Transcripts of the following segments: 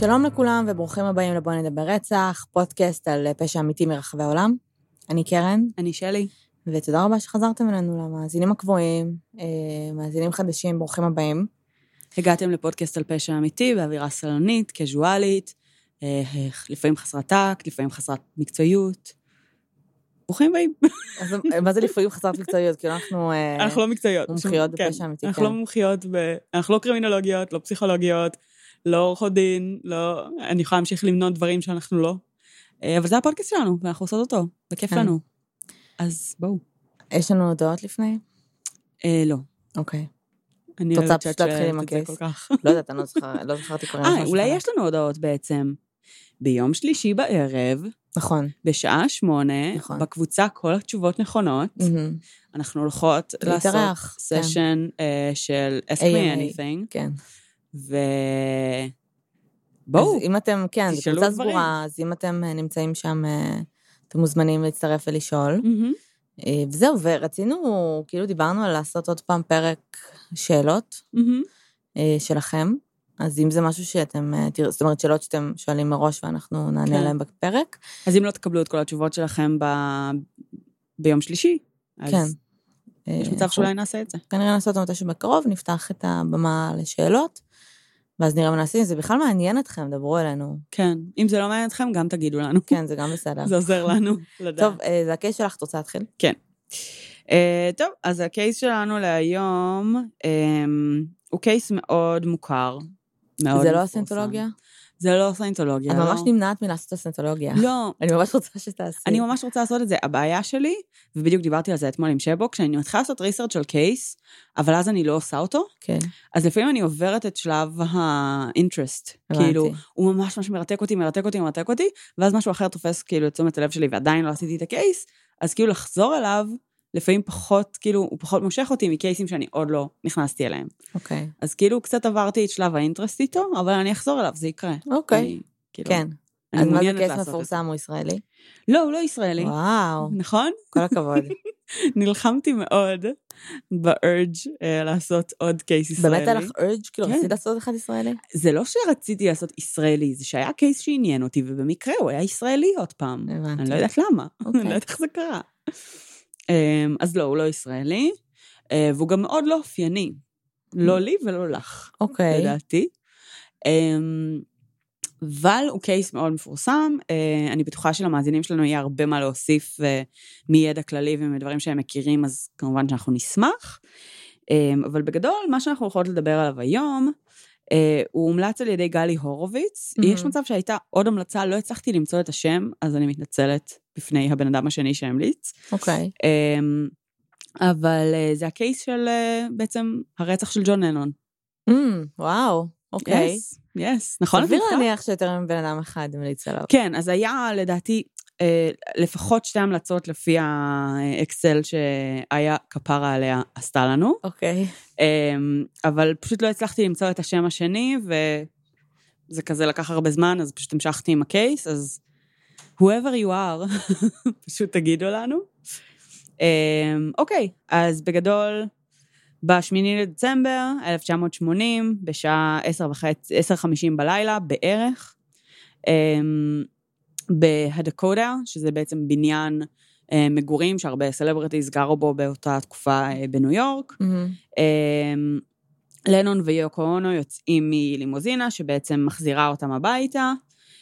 שלום לכולם וברוכים הבאים לבוא נדבר רצח, פודקאסט על פשע אמיתי מרחבי העולם. אני קרן. אני שלי. ותודה רבה שחזרתם אלינו למאזינים הקבועים, מאזינים חדשים, ברוכים הבאים. הגעתם לפודקאסט על פשע אמיתי, באווירה סלונית, קזואלית, לפעמים חסרת טקט, לפעמים חסרת מקצועיות. ברוכים הבאים. אז מה זה לפעמים חסרת מקצועיות? כי אנחנו לא מקצועיות. מומחיות בפשע אמיתי. אנחנו לא מומחיות, אנחנו לא קרימינולוגיות, לא פסיכולוגיות, לא עורכות דין, לא, אני יכולה להמשיך למנות דברים שאנחנו לא. אבל זה הפודקאסט שלנו, ואנחנו עושות אותו, וכיף לנו. אז בואו. יש לנו הודעות לפני? לא. אוקיי. אני רוצה פשוט להתחיל עם הקייס? לא יודעת, אני לא זכרתי כבר. אולי יש לנו הודעות בעצם. ביום שלישי בערב, נכון. בשעה 8, נכון. בקבוצה כל התשובות נכונות, אנחנו הולכות לעשות סשן של Ask Me Anything. כן. בואו, אז אם אתם, כן, זו קבוצה סגורה, אז אם אתם נמצאים שם, אתם מוזמנים להצטרף ולשאול. וזהו, ורצינו, כאילו דיברנו על לעשות עוד פעם פרק שאלות שלכם, אז אם זה משהו שאתם, זאת אומרת, שאלות שאתם שואלים מראש ואנחנו נענה עליהם בפרק. אז אם לא תקבלו את כל התשובות שלכם ביום שלישי, אז יש מצב שאולי נעשה את זה. כנראה נעשה אותו מתישהו בקרוב, נפתח את הבמה לשאלות, ואז נראה מה נעשים, זה בכלל מעניין אתכם, דברו אלינו. כן, אם זה לא מעניין אתכם, גם תגידו לנו. כן, זה גם בסדר. זה עוזר לנו לדעת. טוב, זה הקייס שלך, את רוצה להתחיל? כן. טוב, אז הקייס שלנו להיום, הוא קייס מאוד מוכר. זה לא הסנטולוגיה? זה לא סיינטולוגיה. את ממש נמנעת מלעשות הסנטולוגיה. לא. אני ממש רוצה שתעשי. אני ממש רוצה לעשות את זה. הבעיה שלי, ובדיוק דיברתי על זה אתמול עם שבו, כשאני מתחילה לעשות ריסרצ' על קייס, אבל אז אני לא עושה אותו, אז לפעמים אני עוברת את שלב האינטרסט. כאילו, הוא ממש מרתק אותי, ואז משהו אחר תופס כאילו את תשומת הלב שלי, ועדיין לא עשיתי את הקייס, אז כאילו לחזור אליו, לפעמים פחות, כאילו, הוא פחות מושך אותי מקייסים שאני עוד לא נכנסתי אליהם. אוקיי. אז כאילו, קצת עברתי את שלב האינטרסט איתו, אבל אני אחזור אליו, זה יקרה. אוקיי. כן. אז מה זה קייס מפורסם, הוא ישראלי? לא, הוא לא ישראלי. וואו. נכון? כל הכבוד. נלחמתי מאוד בארג' לעשות עוד קייס ישראלי. באמת הלך ארג'? כאילו, רציתי לעשות אחד ישראלי? זה לא שרציתי לעשות ישראלי, זה שהיה קייס שעניין אותי, ובמקרה הוא היה ישראלי עוד פעם. אני לא יודעת למה. אני לא יודעת איך זה קרה. אז לא, הוא לא ישראלי, והוא גם מאוד לא אופייני. לא לי ולא לך. אוקיי. לדעתי. אבל הוא קייס מאוד מפורסם, אני בטוחה שלמאזינים שלנו יהיה הרבה מה להוסיף מידע כללי ומדברים שהם מכירים, אז כמובן שאנחנו נשמח. אבל בגדול, מה שאנחנו יכולות לדבר עליו היום, הוא הומלץ על ידי גלי הורוביץ, יש מצב שהייתה עוד המלצה, לא הצלחתי למצוא את השם, אז אני מתנצלת בפני הבן אדם השני שהמליץ. אוקיי. אבל זה הקייס של בעצם הרצח של ג'ון לנון. וואו, אוקיי. yes, נכון? סביר להניח שיותר מבן אדם אחד המליץ עליו. כן, אז היה לדעתי לפחות 2 המלצות לפי האקסל שהיה כפרה עליה עשתה לנו. אוקיי. אבל פשוט לא הצלחתי למצוא את השם השני, וזה כזה לקח הרבה זמן, אז פשוט המשכתי עם הקייס, אז whoever you are, פשוט תגידו לנו. אוקיי, אז בגדול, ב8 לדצמבר 1980, בשעה 10:50 בלילה, בערך, בהדקודה, שזה בעצם בניין מגורים, שהרבה סלבריטיז גרו בו באותה תקופה בניו יורק. לנון ויוקו אונו יוצאים מלימוזינה, שבעצם מחזירה אותם הביתה,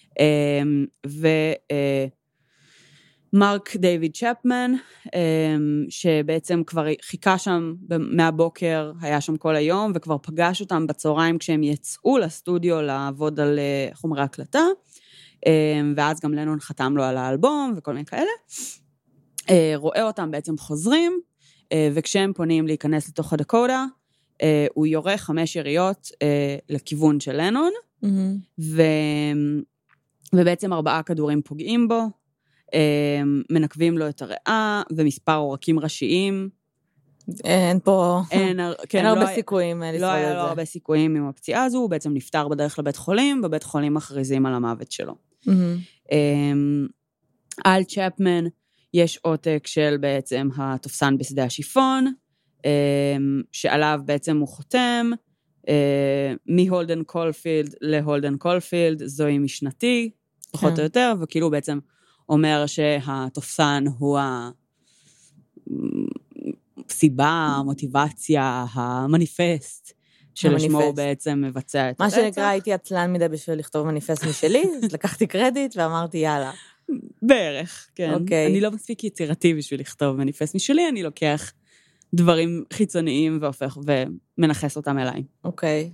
מרק דיוויד צ'פמן, שבעצם כבר חיכה שם מהבוקר, היה שם כל היום, וכבר פגש אותם בצהריים כשהם יצאו לסטודיו לעבוד על חומרי הקלטה, ואז גם לנון חתם לו על האלבום וכל מיני כאלה. רואה אותם בעצם חוזרים, וכשהם פונים להיכנס לתוך הדקודה, הוא יורה 5 יריות לכיוון של לנון, ובעצם 4 כדורים פוגעים בו, מנקבים לו את הריאה, ומספר עורקים ראשיים. אין פה, אין הרבה סיכויים לא היה לו הרבה סיכויים עם הפציעה הזו, הוא בעצם נפטר בדרך לבית חולים, בבית חולים מכריזים על המוות שלו. על צ'פמן יש עותק של בעצם התופסן בשדה השיפון, שעליו בעצם הוא חותם, מהולדן קולפילד להולדן קולפילד, זוהי משנתי, פחות או יותר, וכאילו בעצם אומר שהתופסן הוא הסיבה, המוטיבציה, המניפסט, שלשמו הוא בעצם מבצע את הרצח. מה שנקרא, הייתי עצלן מדי בשביל לכתוב מניפסט משלי, אז לקחתי קרדיט ואמרתי יאללה. בערך, כן. אני לא מספיק יצירתי בשביל לכתוב מניפסט משלי, אני לוקח דברים חיצוניים והופך ומנחס אותם אליי. אוקיי.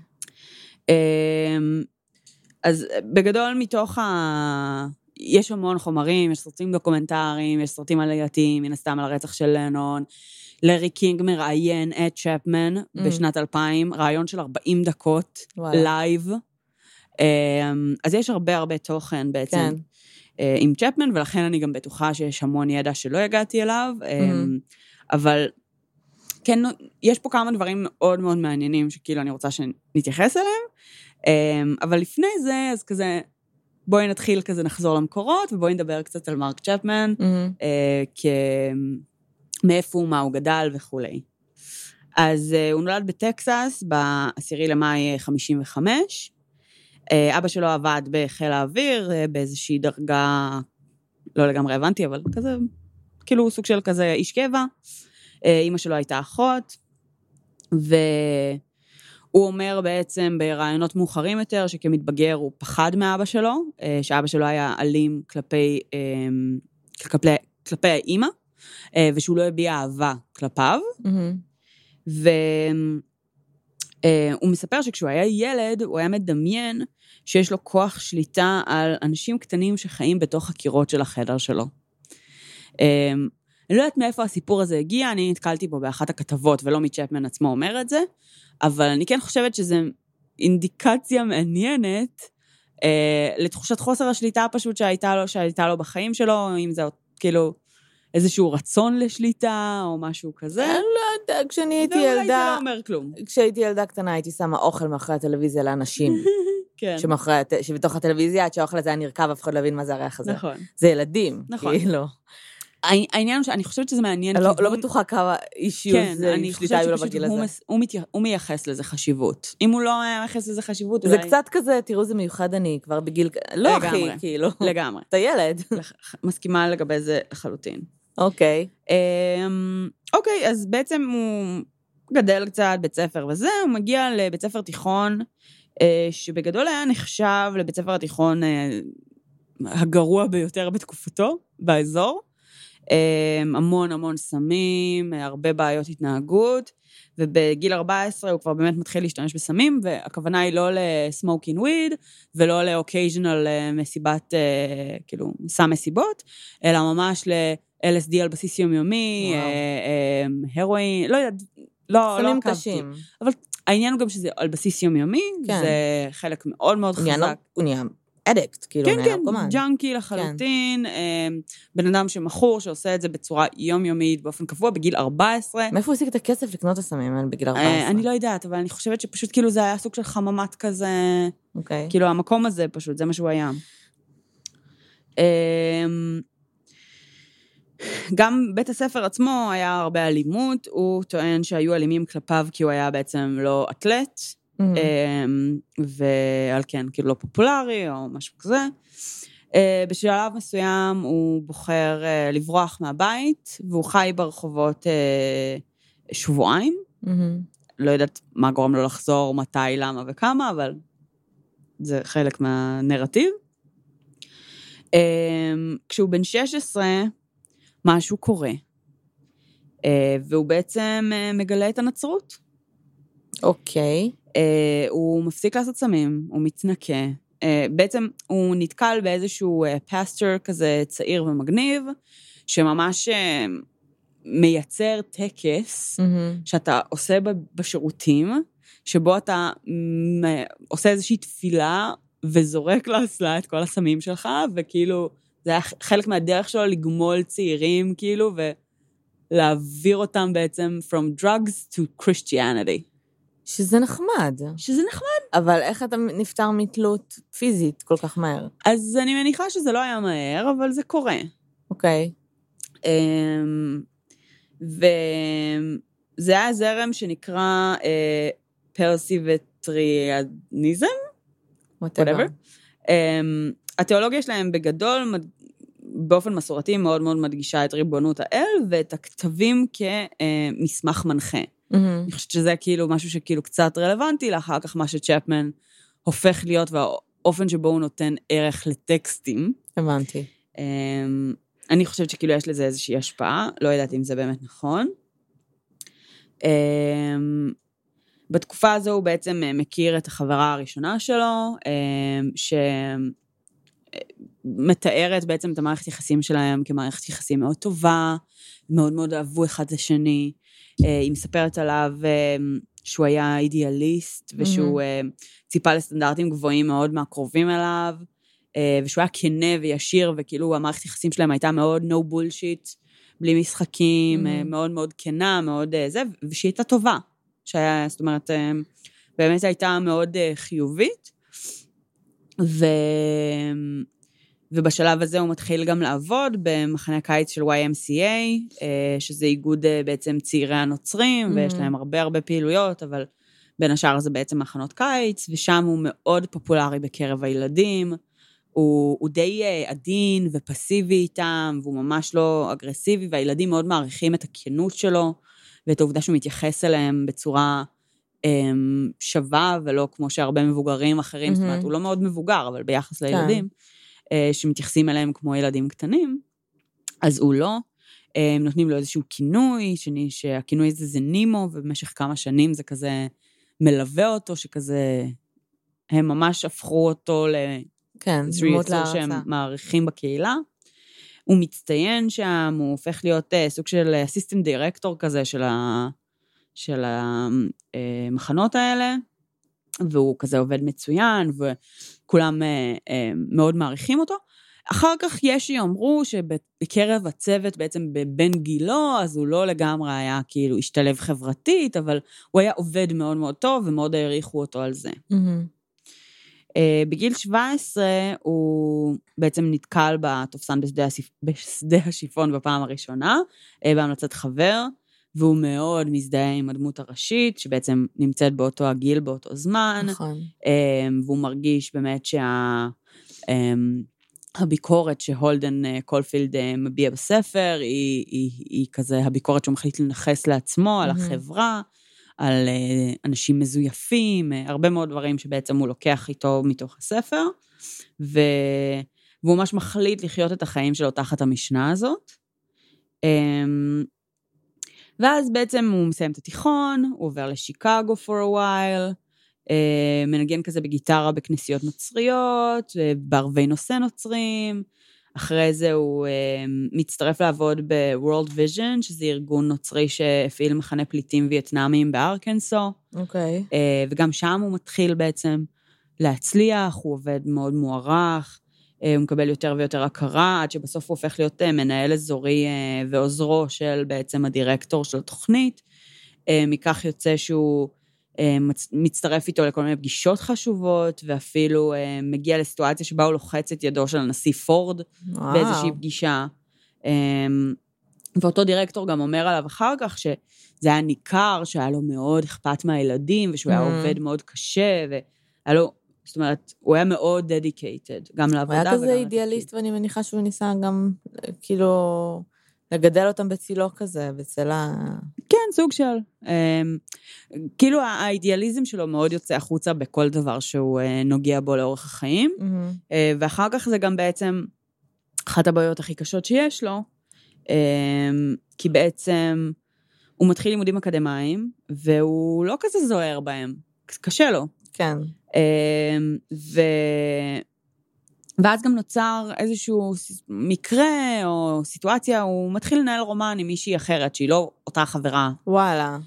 אז בגדול מתוך יש המון חומרים, יש סרטים דוקומנטריים, יש סרטים עלייתיים, מן הסתם על הרצח של לנון. לארי קינג מראיין את צ'פמן בשנת 2000, ראיון של 40 דקות, לייב. אז יש הרבה תוכן בעצם עם צ'פמן, ולכן אני גם בטוחה שיש המון ידע שלא הגעתי אליו, אבל כן, יש פה כמה דברים מאוד מאוד מעניינים, שכאילו אני רוצה שנתייחס אליהם, אבל לפני זה, אז כזה, בואי נתחיל כזה נחזור למקורות, ובואי נדבר קצת על מרק צ'פמן, מאיפה הוא, מה הוא גדל וכו'. אז הוא נולד בטקסס, ב10 למאי 55, אבא שלו עבד בחיל האוויר, באיזושהי דרגה, לא לגמרי הבנתי, אבל כזה, כאילו סוג של כזה איש קבע, אמא שלו הייתה אחות, והוא אומר בעצם ברעיונות מאוחרים יותר, שכמתבגר הוא פחד מאבא שלו, שאבא שלו היה אלים כלפי האמא, ושהוא לא הביע אהבה כלפיו, והוא מספר שכשהוא היה ילד, הוא היה מדמיין שיש לו כוח שליטה על אנשים קטנים שחיים בתוך הקירות של החדר שלו. אני לא יודעת מאיפה הסיפור הזה הגיע, אני נתקלתי בו באחת הכתבות, ולא מצ'פמן עצמו אומר את זה, אבל אני כן חושבת שזו אינדיקציה מעניינת, לתחושת חוסר השליטה פשוט שהייתה לו בחיים שלו, אם זה כאילו איזשהו רצון לשליטה, או משהו כזה. אני לא יודע, כשאני הייתי ילדה... ואולי זה לא אומר כלום. כשהייתי ילדה קטנה, הייתי שמה אוכל מאחורי הטלוויזיה לאנשים. כן. שבתוך הטלוויזיה, עד שהאוכל הזה היה נרכב, אף אחד לא הבין מה זה הריח הזה. נכון. זה ילדים, נכון. כאילו. העניין הוא שאני חושבת שזה מעניין. לא בטוחה כמה אישיוז שליטה היו לו בגיל הזה. הוא מייחס לזה חשיבות. אם הוא לא מייחס לזה חשיבות, זה קצת כזה, תראו, זה מיוחד אני כבר בגיל... לא אחי, כאילו. לגמרי. אתה ילד. מסכימה לגבי זה לחלוטין. אוקיי. אוקיי, אז בעצם הוא גדל קצת בית ספר וזה, הוא מגיע לבית ספר תיכון, שבגדול היה נחשב לבית ספר התיכון הגרוע ביותר בתקופתו, באזור. המון סמים, הרבה בעיות התנהגות, ובגיל 14 הוא כבר באמת מתחיל להשתמש בסמים, והכוונה היא לא לסמוקינג וויד, ולא לאוקייז'נל מסיבת, כאילו, סם מסיבות, אלא ממש ל-LSD על בסיס יומיומי, הרואין, לא יודעת, לא סמים עקבתי. קשים. אבל העניין הוא גם שזה על בסיס יומיומי, זה חלק מאוד מאוד חזק. הוא נהיה אדקט, כאילו, כן, ג'אנקי לחלוטין, בן אדם שמכור, שעושה את זה בצורה יומיומית, באופן קבוע, בגיל 14. מאיפה הוא השיג את הכסף לקנות הסמים האלה בגיל 14? אני לא יודעת, אבל אני חושבת שפשוט כאילו זה היה סוג של חממת כזה, אוקיי. כאילו המקום הזה פשוט, זה מה שהוא היה. גם בית הספר עצמו היה הרבה אלימות, הוא טוען שהיו אלימים כלפיו, כי הוא היה בעצם לא אתלט, ועל כן, כאילו לא פופולרי או משהו כזה. בשלב מסוים הוא בוחר לברוח מהבית, והוא חי ברחובות שבועיים. לא יודעת מה גורם לו לחזור, מתי, למה וכמה, אבל זה חלק מהנרטיב. כשהוא בן 16, משהו קורה, והוא בעצם מגלה את הנצרות. אוקיי. הוא מפסיק לעשות סמים, הוא מתנקה. בעצם הוא נתקל באיזשהו פסטור כזה צעיר ומגניב, שממש מייצר טקס שאתה עושה בשירותים, שבו אתה עושה איזושהי תפילה וזורק לאסלה את כל הסמים שלך, וכאילו זה היה חלק מהדרך שלו לגמול צעירים, כאילו, ולהעביר אותם בעצם from drugs to Christianity. שזה נחמד. שזה נחמד. אבל איך אתה נפטר מתלות פיזית כל כך מהר? אז אני מניחה שזה לא היה מהר, אבל זה קורה. אוקיי. וזה היה זרם שנקרא פרסי זורואסטריאניזם, whatever. התיאולוגיה שלהם בגדול, באופן מסורתי, מאוד מאוד מדגישה את ריבונות האל, ואת הכתבים כמסמך מנחה. אני חושבת שזה כאילו משהו שכאילו קצת רלוונטי, לאחר כך מה שצ'פמן הופך להיות, והאופן שבו הוא נותן ערך לטקסטים. הבנתי. אני חושבת שכאילו יש לזה איזושהי השפעה, לא יודעת אם זה באמת נכון. בתקופה הזו הוא בעצם מכיר את החברה הראשונה שלו, שמתארת בעצם את המערכת יחסים שלהם כמערכת יחסים מאוד טובה, מאוד מאוד אהבו אחד לשני, היא מספרת עליו שהוא היה אידיאליסט, ושהוא ציפה לסטנדרטים גבוהים מאוד מהקרובים אליו, ושהוא היה כנה וישיר, וכאילו המערכת יחסים שלהם הייתה מאוד no bullshit, בלי משחקים, מאוד מאוד כנה, מאוד זה, ושהיא הייתה טובה, שהיה, זאת אומרת, באמת הייתה מאוד חיובית, ובשלב הזה הוא מתחיל גם לעבוד במחנה קיץ של YMCA, שזה איגוד בעצם צעירי הנוצרים, ויש להם הרבה הרבה פעילויות, אבל בין השאר זה בעצם מחנות קיץ, ושם הוא מאוד פופולרי בקרב הילדים, הוא די עדין ופסיבי איתם, והוא ממש לא אגרסיבי, והילדים מאוד מעריכים את הכנות שלו, ואת העובדה שהוא מתייחס אליהם בצורה שווה, ולא כמו שהרבה מבוגרים אחרים, זאת אומרת, הוא לא מאוד מבוגר, אבל ביחס לילדים, שמתייחסים אליהם כמו ילדים קטנים, אז הוא לא, נותנים לו איזשהו כינוי, שהכינוי הזה זה נימו, ובמשך כמה שנים זה כזה מלווה אותו, שכזה, הם ממש הפכו אותו איזשהו יצור שהם מעריכים בקהילה. הוא מצטיין שם, הוא הופך להיות סוג של אסיסטנט דירקטור כזה של המחנות האלה, והוא כזה עובד מצוין, וכולם מאוד מעריכים אותו. אחר כך יש שיאמרו שבקרב הצוות בעצם בבין גילו, אז הוא לא לגמרי היה כאילו השתלב חברתית, אבל הוא היה עובד מאוד מאוד טוב, ומאוד העריכו אותו על זה. בגיל 17 הוא בעצם נתקל בתופסן בשדה השיפון בפעם הראשונה, בהמלצת חבר, והוא מאוד מזדהה עם הדמות הראשית, שבעצם נמצאת באותו הגיל, באותו זמן, נכון. והוא מרגיש באמת הביקורת שהולדן קולפילד מביע בספר, היא כזה הביקורת שהוא מחליט לנחס לעצמו, על החברה, על אנשים מזויפים, הרבה מאוד דברים שבעצם הוא לוקח איתו מתוך הספר, והוא ממש מחליט לחיות את החיים שלו תחת המשנה הזאת. ואז בעצם הוא מסיים את התיכון, הוא עובר לשיקגו for a while, מנגן כזה בגיטרה בכנסיות נוצריות, בערבי נושא נוצרים, אחרי זה הוא מצטרף לעבוד ב-World Vision, שזה ארגון נוצרי שהפעיל מחנה פליטים וייטנאמיים בארקנסו. אוקיי. וגם שם הוא מתחיל בעצם להצליח, הוא עובד מאוד מוערך, הוא מקבל יותר ויותר הכרה, עד שבסוף הוא הופך להיות מנהל אזורי ועוזרו של בעצם הדירקטור של התוכנית. מכך יוצא שהוא מצטרף איתו לכל מיני פגישות חשובות, ואפילו מגיע לסיטואציה שבה הוא לוחץ את ידו של הנשיא פורד, באיזושהי פגישה. ואותו דירקטור גם אומר עליו אחר כך, שזה היה ניכר, שהיה לו מאוד אכפת מהילדים, ושהוא היה עובד מאוד קשה, והיה לו, זאת אומרת, הוא היה מאוד dedicated, גם לעבודה. הוא היה כזה אידיאליסט, ואני מניחה שהוא ניסה גם, כאילו, לגדל אותם בצילו כזה, בצלה... כן, סוג של. כאילו האידיאליזם שלו מאוד יוצא החוצה בכל דבר שהוא נוגע בו לאורך החיים, ואחר כך זה גם בעצם אחת הבעיות הכי קשות שיש לו, כי בעצם הוא מתחיל לימודים אקדמיים, והוא לא כזה זוהר בהם, קשה לו. כן. ואז גם נוצר איזשהו מקרה או סיטואציה, הוא מתחיל לנהל רומן עם מישהי אחרת, שהיא לא אותה חברה. וואלה.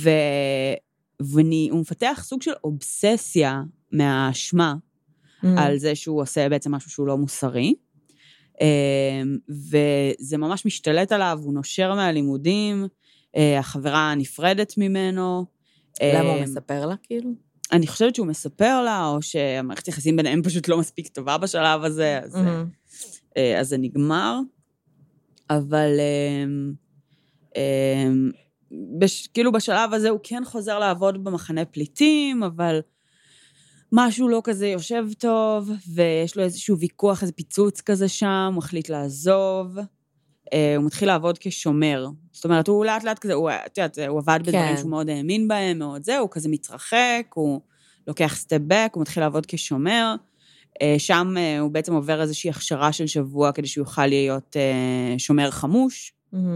והוא מפתח סוג של אובססיה מהאשמה, על זה שהוא עושה בעצם משהו שהוא לא מוסרי, וזה ממש משתלט עליו, הוא נושר מהלימודים, החברה נפרדת ממנו. למה הוא מספר לה כאילו? אני חושבת שהוא מספר לה, או שהמערכת יחסים ביניהם פשוט לא מספיק טובה בשלב הזה, אז זה נגמר. אבל כאילו בשלב הזה הוא כן חוזר לעבוד במחנה פליטים, אבל משהו לא כזה יושב טוב, ויש לו איזשהו ויכוח, איזה פיצוץ כזה שם, הוא החליט לעזוב, הוא מתחיל לעבוד כשומר. זאת אומרת, הוא לאט לאט כזה, הוא עבד בדברים שהוא מאוד האמין בהם, מאוד זה, הוא כזה מתרחק, הוא לוקח סטפ בק, הוא מתחיל לעבוד כשומר, שם הוא בעצם עובר איזושהי הכשרה של שבוע, כדי שהוא יוכל להיות שומר חמוש,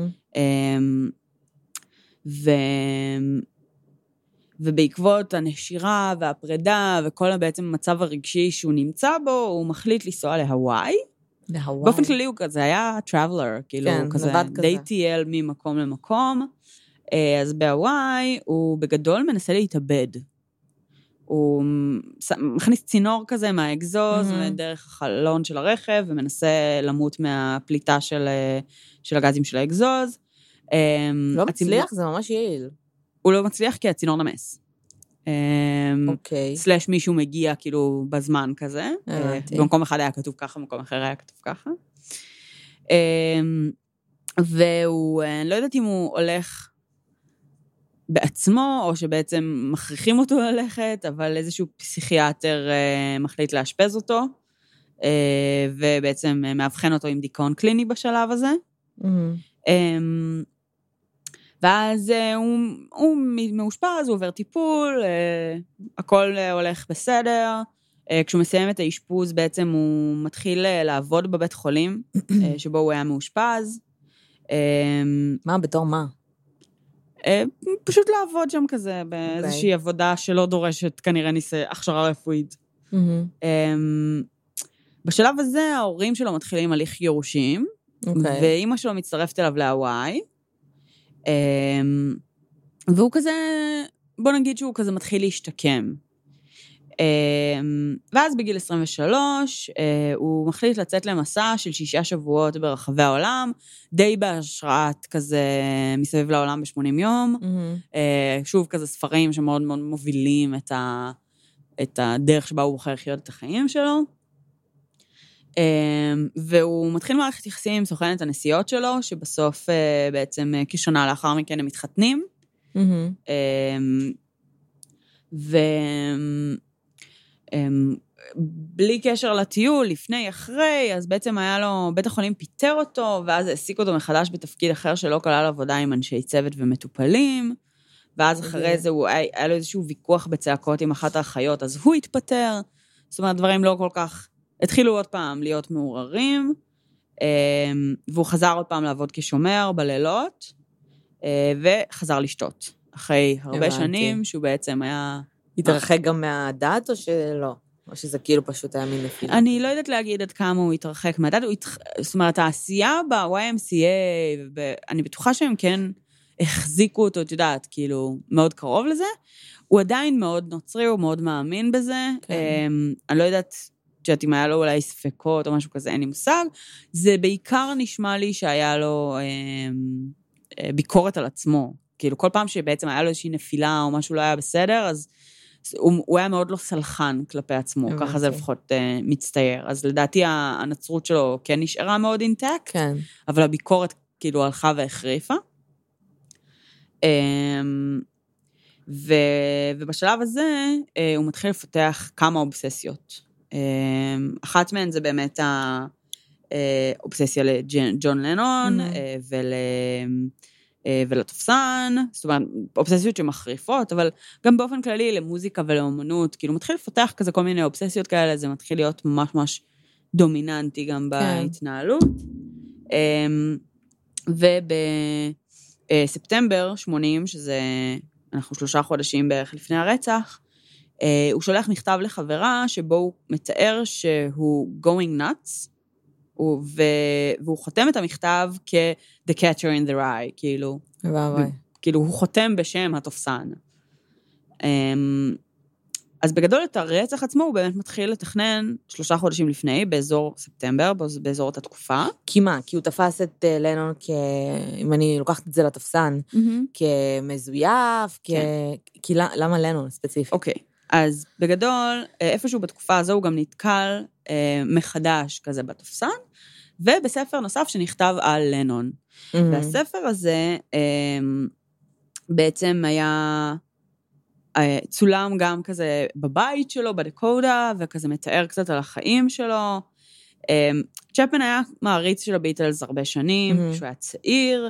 ובעקבות הנשירה והפרידה, וכל בעצם המצב הרגשי שהוא נמצא בו, הוא מחליט לנסוע להוואי. באופן כללי הוא כזה היה טראבלר, כאילו הוא כזה די טייל ממקום למקום. אז בהוואי הוא בגדול מנסה להתאבד. הוא מכניס צינור כזה מהאקזוז, דרך החלון של הרכב, ומנסה למות מהפליטה של הגזים של האקזוז. לא מצליח, זה ממש יעיל. הוא לא מצליח כי הצינור נמס. סלש מישהו מגיע כאילו בזמן כזה. במקום אחד היה כתוב ככה, במקום אחר היה כתוב ככה. והוא, לא יודעת אם הוא הולך בעצמו, או שבעצם מכריחים אותו ללכת, אבל איזשהו פסיכיאטר מחליט לאשפז אותו, ובעצם מאבחן אותו עם דיכאון קליני בשלב הזה. ואז הוא מאושפז, הוא עובר טיפול, הכל הולך בסדר. כשהוא מסיים את האשפוז, בעצם הוא מתחיל לעבוד בבית חולים, שבו הוא היה מאושפז. מה, בתור מה? פשוט לעבוד שם כזה, באיזושהי עבודה שלא דורשת כנראה הכשרה רפואית. בשלב הזה, ההורים שלו מתחילים הליך גירושים, ואימא שלו מצטרפת אליו להוואי, והוא כזה, בוא נגיד שהוא כזה מתחיל להשתקם. ואז בגיל 23, הוא מחליט לצאת למסע של 6 שבועות ברחבי העולם, די בהשראת כזה מסביב לעולם ב-80 יום, שוב כזה ספרים שמאוד מאוד מובילים את הדרך שבה הוא בוחר לחיות את החיים שלו, והוא מתחיל מערכת יחסים עם סוכנת הנסיעות שלו, שבסוף בעצם כשנה לאחר מכן הם מתחתנים, בלי קשר לטיול, לפני, אחרי, אז בעצם היה לו, בית החולים פיטר אותו, ואז העסיק אותו מחדש בתפקיד אחר שלא כלל עבודה עם אנשי צוות ומטופלים, ואז אחרי זה היה לו איזשהו ויכוח בצעקות עם אחת האחיות, אז הוא התפטר, זאת אומרת, דברים לא כל כך, התחילו עוד פעם להיות מעוררים, והוא חזר עוד פעם לעבוד כשומר בלילות, וחזר לשתות, אחרי הרבה שנים שהוא בעצם היה... התרחק גם מהדת או שלא? או שזה כאילו פשוט היה מין נפילה? אני לא יודעת להגיד עד כמה הוא התרחק מהדת, זאת אומרת, העשייה ב-YMCA, אני בטוחה שהם כן החזיקו אותו, את יודעת, כאילו, מאוד קרוב לזה, הוא עדיין מאוד נוצרי, הוא מאוד מאמין בזה, אני לא יודעת, אם היה לו אולי ספקות או משהו כזה, אין לי מושג, זה בעיקר נשמע לי שהיה לו ביקורת על עצמו, כאילו כל פעם שבעצם היה לו איזושהי נפילה או משהו לא היה בסדר, אז הוא היה מאוד לא סלחן כלפי עצמו, ככה זה לפחות מצטייר. אז לדעתי הנצרות שלו כן נשארה מאוד אינטקט, אבל הביקורת כאילו הלכה והחריפה. ובשלב הזה הוא מתחיל לפתח כמה אובססיות. אחת מהן זה באמת האובססיה לג'ון לנון ולתופסן, זאת אומרת, אובססיות שמחריפות, אבל גם באופן כללי למוזיקה ולאומנות, כאילו מתחיל לפתח כזה כל מיני אובססיות כאלה, זה מתחיל להיות ממש ממש דומיננטי גם בהתנהלות. ובספטמבר 80, שזה, אנחנו 3 חודשים בערך לפני הרצח, הוא שולח מכתב לחברה, שבו הוא מתאר שהוא going nuts, והוא חותם את המכתב כ-The Catcher in the Rye, כאילו. כאילו, הוא חותם בשם התופסן. אז בגדול את הרצח עצמו, הוא באמת מתחיל לתכנן 3 חודשים לפני, באזור ספטמבר, באזור אותה תקופה. כי מה? כי הוא תפס את לנון אם אני לוקחת את זה לתופסן, כמזויף, כי למה לנון ספציפית? אוקיי. אז בגדול, איפשהו בתקופה הזו הוא גם נתקל מחדש כזה בתופסן, ובספר נוסף שנכתב על לנון. והספר הזה בעצם היה צולם גם כזה בבית שלו, בדקודה, וכזה מתאר קצת על החיים שלו. צ'פמן היה מעריץ של הביטלס הרבה שנים, שהוא היה צעיר,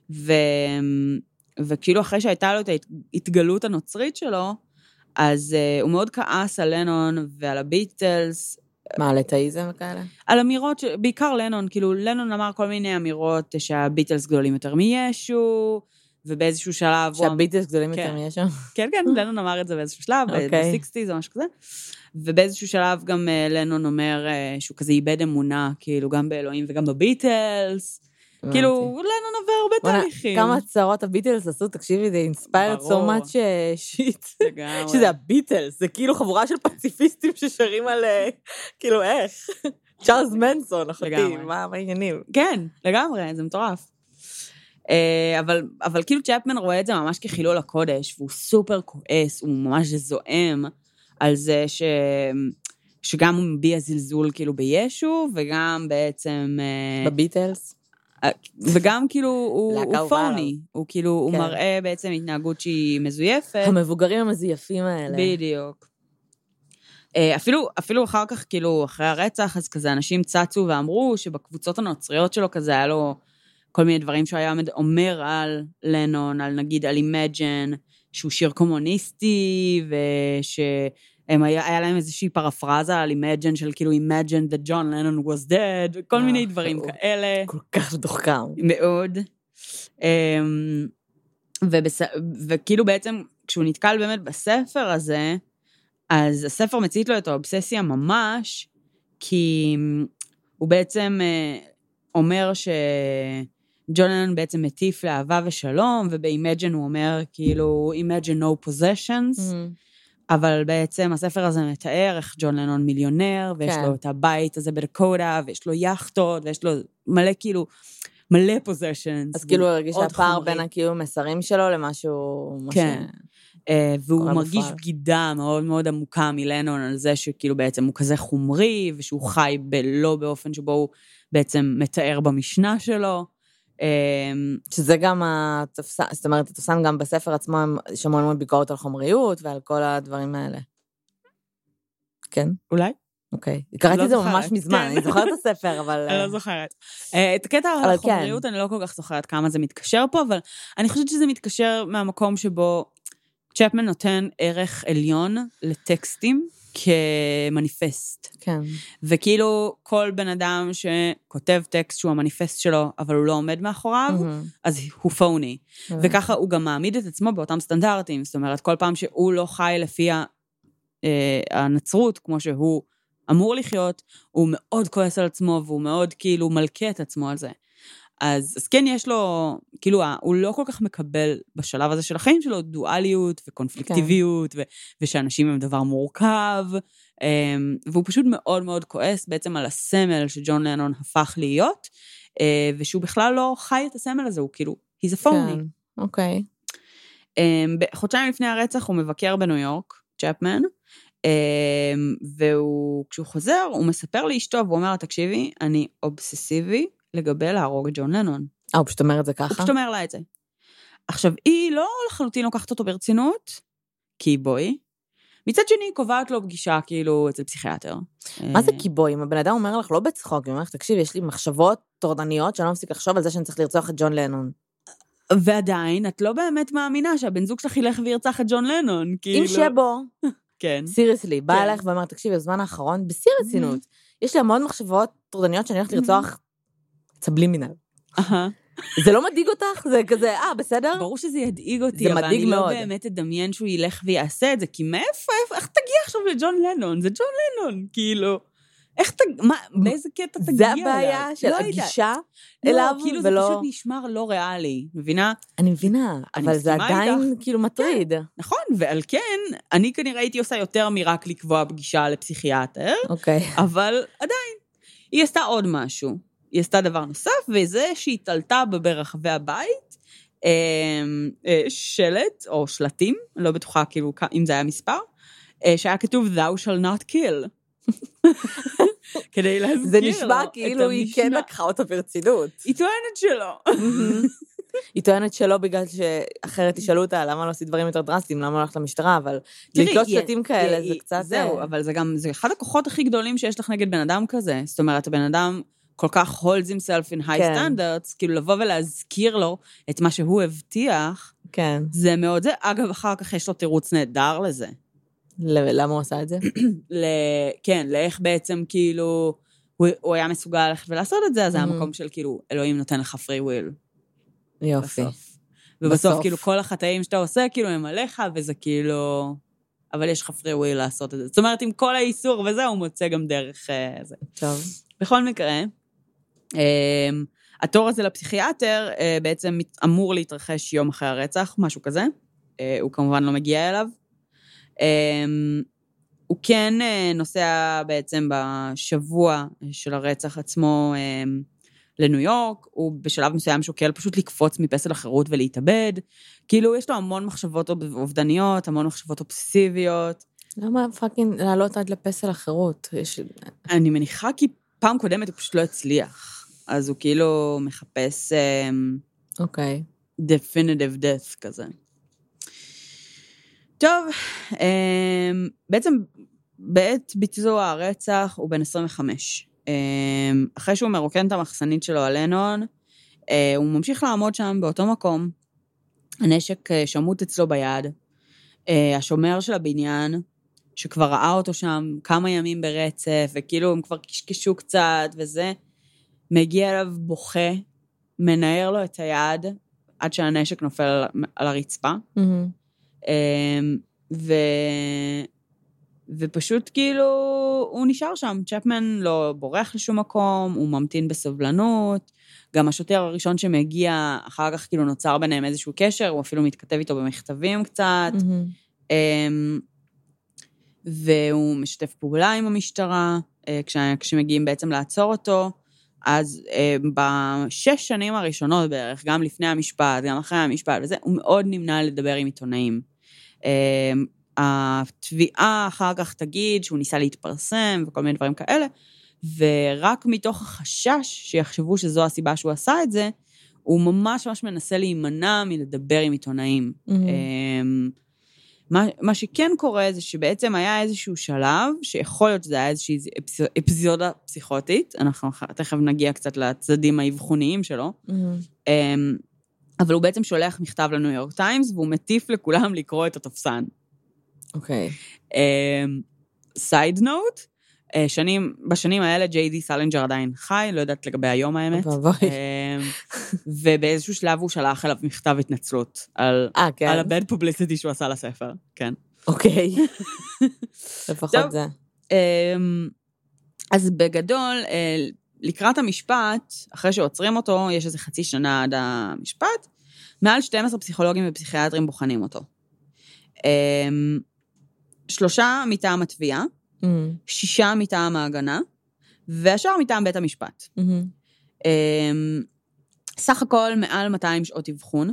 וכאילו אחרי שהייתה לו את ההתגלות הנוצרית שלו, אז הוא מאוד כעס על לנון ועל הביטלס. מה, על אתאיזם וכאלה? על אמירות, בעיקר לנון, כאילו לנון אמר כל מיני אמירות שהביטלס גדולים יותר מישו, ובאיזשהו שלב... שהביטלס גדולים יותר מישו? כן, כן, לנון אמר את זה באיזשהו שלב, ב-60s או משהו כזה. ובאיזשהו שלב גם לנון אומר שהוא כזה איבד אמונה, כאילו גם באלוהים וגם בביטלס. כאילו, לנון עובר הרבה תהליכים. כמה צרות הביטלס עשו, תקשיבי, זה inspired so much shit. שזה הביטלס, זה כאילו חבורה של פציפיסטים ששרים על, כאילו, איך? צ'ארלס מנסון, אחותי, מה העניינים? כן, לגמרי, זה מטורף. אבל כאילו צ'פמן רואה את זה ממש כחילול הקודש, והוא סופר כועס, הוא ממש זועם על זה שגם הוא מביע זלזול כאילו בישו, וגם בעצם... בביטלס? וגם כאילו הוא פוני, הוא כאילו, הוא מראה בעצם התנהגות שהיא מזויפת. המבוגרים המזויפים האלה. בדיוק. אפילו אחר כך, כאילו, אחרי הרצח, אז כזה אנשים צצו ואמרו שבקבוצות הנוצריות שלו כזה היה לו כל מיני דברים שהוא היה אומר על לנון, על נגיד על Imagine, שהוא שיר קומוניסטי, היה להם איזושהי פרפרזה על Imagine של כאילו Imagine that John Lennon was dead, כל מיני דברים כאלה. כל כך מתוחכם. מאוד. וכאילו בעצם, כשהוא נתקל באמת בספר הזה, אז הספר מצית לו את האובססיה ממש, כי הוא בעצם אומר שג'ון לנון בעצם מטיף לאהבה ושלום, וב-Imagine הוא אומר כאילו Imagine no possessions, אבל בעצם הספר הזה מתאר איך ג'ון לנון מיליונר, ויש לו את הבית הזה בדקודה, ויש לו יאכטות, ויש לו מלא כאילו, מלא possessions. אז כאילו הוא הרגיש הפער בין כאילו המסרים שלו למשהו... כן. והוא מרגיש בגידה מאוד מאוד עמוקה מלנון על זה שכאילו בעצם הוא כזה חומרי, ושהוא חי לא באופן שבו הוא בעצם מתאר במשנה שלו. שזה גם התפסן, זאת אומרת, התפסן גם בספר עצמו, יש המון מאוד ביקורת על חומריות ועל כל הדברים האלה. כן? אולי? אוקיי. קראתי את זה ממש מזמן, אני זוכרת את הספר, אבל... אני לא זוכרת. את הקטע על החומריות אני לא כל כך זוכרת כמה זה מתקשר פה, אבל אני חושבת שזה מתקשר מהמקום שבו צ'פמן נותן ערך עליון לטקסטים כמניפסט. כן. וכאילו כל בן אדם שכותב טקסט שהוא המניפסט שלו, אבל הוא לא עומד מאחוריו, אז הוא פוני. וככה הוא גם מעמיד את עצמו באותם סטנדרטים. זאת אומרת, כל פעם שהוא לא חי לפי הנצרות, כמו שהוא אמור לחיות, הוא מאוד כועס על עצמו, והוא מאוד כאילו מלכה את עצמו על זה. אז כן יש לו, כאילו, הוא לא כל כך מקבל בשלב הזה של החיים שלו, דואליות וקונפליקטיביות, ושאנשים הם דבר מורכב, והוא פשוט מאוד מאוד כועס בעצם על הסמל שג'ון לנון הפך להיות, ושהוא בכלל לא חי את הסמל הזה, הוא כאילו, he's a phony. כן, אוקיי. חודשיים לפני הרצח הוא מבקר בניו יורק, צ'פמן, וכשהוא חוזר, הוא מספר לאשתו, והוא אומר לה, תקשיבי, אני אובססיבי, לגבי להרוג את ג'ון לנון. הוא פשוט אומר את זה ככה? הוא פשוט אומר לה את זה. עכשיו, היא לא לחלוטין לוקחת אותו ברצינות, כי בואי. מצד שני, קובעת לו פגישה, כאילו, אצל פסיכיאטר. מה זה כי בואי? אם הבן אדם אומר לך לא בצחוק, הוא אומר לך, תקשיב, יש לי מחשבות טורדניות, שאני לא מפסיק לחשוב על זה שאני צריך לרצוח את ג'ון לנון. ועדיין, את לא באמת מאמינה שהבן זוג שלך ילך וירצח את ג'ון לנון, כאילו... אם שבו. כן. סיריוסלי, בא אליך ואומר, תקשיב, בזמן האחרון, בשיא רצינות, יש לי המון מחשבות טורדניות שאני הולכת לרצוח צבלי מנהל. זה לא מדאיג אותך? זה כזה, בסדר? ברור שזה ידאיג אותי, אבל אני לא באמת אדמיין שהוא ילך ויעשה את זה, כי מאיפה, איך תגיע עכשיו לג'ון לנון? זה ג'ון לנון, כאילו. איך באיזה קטע תגיע אליו? זה הבעיה של הגישה אליו, כאילו זה פשוט נשמר לא ריאלי, מבינה? אני מבינה, אבל זה עדיין כאילו מטריד. נכון, ועל כן, אני כנראה הייתי עושה יותר מרק לקבוע פגישה לפסיכיאטר, אבל עדיין, היא עשתה עוד משהו. היא עשתה דבר נוסף, וזה שהיא תלתה ברחבי הבית, שלט או שלטים, לא בטוחה כאילו אם זה היה מספר, שהיה כתוב thou shall not kill. כדי להזכיר לו. זה נשמע כאילו היא כן לקחה אותה ברצינות. היא טוענת שלא. היא טוענת שלא בגלל שאחרת תשאלו אותה, למה לא עושים דברים יותר דרסטיים, למה לא הולכת למשטרה, אבל לתלות שלטים כאלה זה קצת... זהו, אבל זה אחד הכוחות הכי גדולים שיש לך נגד בן אדם כזה. זאת אומרת, הבן אדם כל כך holds himself in high standards, כאילו לבוא ולהזכיר לו את מה שהוא הבטיח, כן. זה מאוד זה. אגב, אחר כך יש לו תירוץ נהדר לזה. למה הוא עשה את זה? כן, לאיך בעצם כאילו, הוא היה מסוגל ללכת ולעשות את זה, אז זה המקום של כאילו, אלוהים נותן לך free will. יופי. ובסוף כאילו כל החטאים שאתה עושה, כאילו הם עליך, וזה כאילו, אבל יש לך free will לעשות את זה. זאת אומרת, עם כל האיסור וזה, הוא מוצא גם דרך זה. טוב. בכל מקרה, התור הזה לפסיכיאטר בעצם אמור להתרחש יום אחרי הרצח, משהו כזה. הוא כמובן לא מגיע אליו. הוא כן נוסע בעצם בשבוע של הרצח עצמו לניו יורק, הוא בשלב מסוים שוקל פשוט לקפוץ מפסל החירות ולהתאבד, כאילו יש לו המון מחשבות אובדניות, המון מחשבות אובססיביות. למה פאקינג לעלות עד לפסל החירות? אני מניחה כי פעם קודמת הוא פשוט לא הצליח, אז הוא כאילו מחפש אוקיי. definitive death כזה. טוב, בעצם בעת ביצוע הרצח הוא בן 25. אחרי שהוא מרוקן את המחסנית שלו על לנון, הוא ממשיך לעמוד שם באותו מקום, הנשק שמות אצלו ביד, השומר של הבניין, שכבר ראה אותו שם כמה ימים ברצף, וכאילו הם כבר קשקשו קצת וזה, מגיע אליו בוכה, מנער לו את היד, עד שהנשק נופל על הרצפה, ופשוט כאילו הוא נשאר שם, צ'פמן לא בורח לשום מקום, הוא ממתין בסבלנות, גם השוטר הראשון שמגיע, אחר כך כאילו נוצר ביניהם איזשהו קשר, הוא אפילו מתכתב איתו במכתבים קצת, והוא משתף פעולה עם המשטרה, כשמגיעים בעצם לעצור אותו, אז בשש שנים הראשונות בערך, גם לפני המשפט, גם אחרי המשפט, וזה, הוא מאוד נמנע לדבר עם עיתונאים. התביעה אחר כך תגיד שהוא ניסה להתפרסם וכל מיני דברים כאלה, ורק מתוך החשש שיחשבו שזו הסיבה שהוא עשה את זה, הוא ממש ממש מנסה להימנע מלדבר עם עיתונאים. מה שכן קורה זה שבעצם היה איזשהו שלב, שיכול להיות שזה היה איזושהי אפיזודה פסיכוטית, אנחנו תכף נגיע קצת לצדדים האבחוניים שלו, אבל הוא בעצם שולח מכתב לניו יורק טיימס, והוא מטיף לכולם לקרוא את התופסן. אוקיי. סייד נוט, בשנים האלה ג'יי.די סלינג'ר עדיין חי, לא יודעת לגבי היום האמת. ובאיזשהו שלב הוא שלח אליו מכתב התנצלות, על הבד פובליסיטי שהוא עשה לספר, כן. אוקיי. לפחות זה. אז בגדול, לקראת המשפט, אחרי שעוצרים אותו, יש איזה חצי שנה עד המשפט, מעל 12 פסיכולוגים ופסיכיאטרים בוחנים אותו. 3 מטעם התביעה, 6 מטעם ההגנה, והשאר מטעם בית המשפט. סך הכל מעל 200 שעות אבחון,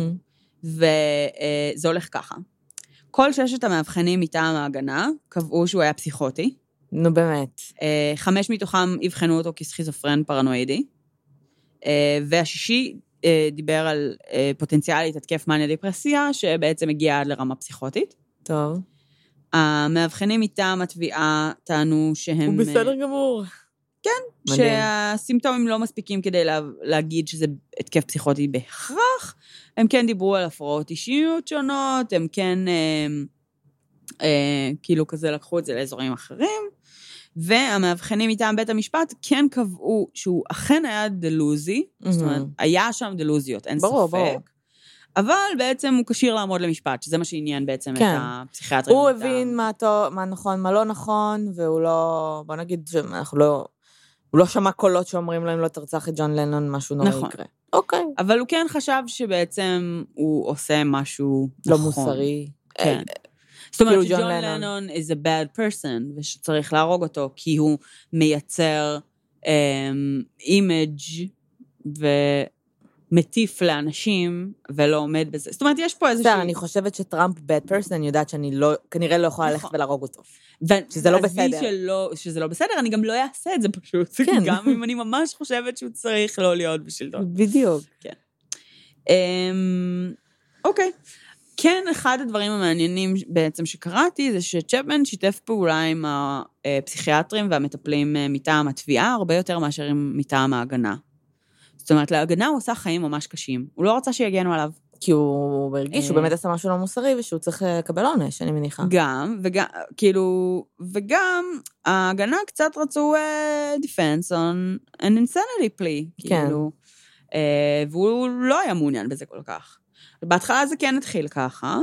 וזה הולך ככה. כל 6 המאבחנים מטעם ההגנה קבעו שהוא היה פסיכוטי. נו באמת. 5 מתוכם הבחנו אותו כסכיזופרן פרנואידי, והשישי דיבר על פוטנציאלית התקף מניה דיפרסיה, שבעצם הגיעה עד לרמה פסיכוטית. טוב. המאבחנים מטעם התביעה טענו שהם... הוא בסדר גמור. כן, שהסימפטומים לא מספיקים כדי להגיד שזה התקף פסיכוטי בהכרח, הם כן דיברו על הפרעות אישיות שונות, הם כן כאילו כזה לקחו את זה לאזורים אחרים, והמאבחנים מטעם בית המשפט כן קבעו שהוא אכן היה דלוזי, זאת אומרת, היה שם דלוזיות, אין ספק, אבל בעצם הוא קשיר לעמוד למשפט, שזה מה שעניין בעצם את הפסיכיאטרים. הוא הבין מה נכון, מה לא נכון, והוא לא, בוא נגיד, הוא לא שמע קולות שאומרים לו אם לא תרצח את ג'ון לנון, משהו נורא יקרה. אוקיי. אבל הוא כן חשב שבעצם הוא עושה משהו לא מוסרי. כן. זאת אומרת שג'ון לנון is a bad person, ושצריך להרוג אותו, כי הוא מייצר image ומטיף לאנשים, ולא עומד בזה. זאת אומרת, יש פה איזושהי... אני חושבת שטראמפ bad person, אני יודעת שאני כנראה לא יכולה ללכת ולהרוג אותו. שזה לא בסדר. שזה לא בסדר, אני גם לא אעשה את זה פשוט. גם אם אני ממש חושבת שהוא צריך לא להיות בשלטון. בדיוק. כן. אוקיי. כן, אחד הדברים המעניינים בעצם שקראתי, זה שצ'פמן שיתף פעולה עם הפסיכיאטרים והמטפלים מטעם התביעה, הרבה יותר מאשר מטעם ההגנה. זאת אומרת, להגנה הוא עושה חיים ממש קשים. הוא לא רצה שיגנו עליו. כי הוא הרגיש שהוא באמת עשה משהו לא מוסרי, ושהוא צריך לקבל עונש, אני מניחה. וגם ההגנה קצת רצו defense on an insanity plea, כאילו. והוא לא היה מעוניין בזה כל כך. בהתחלה זה כן התחיל ככה,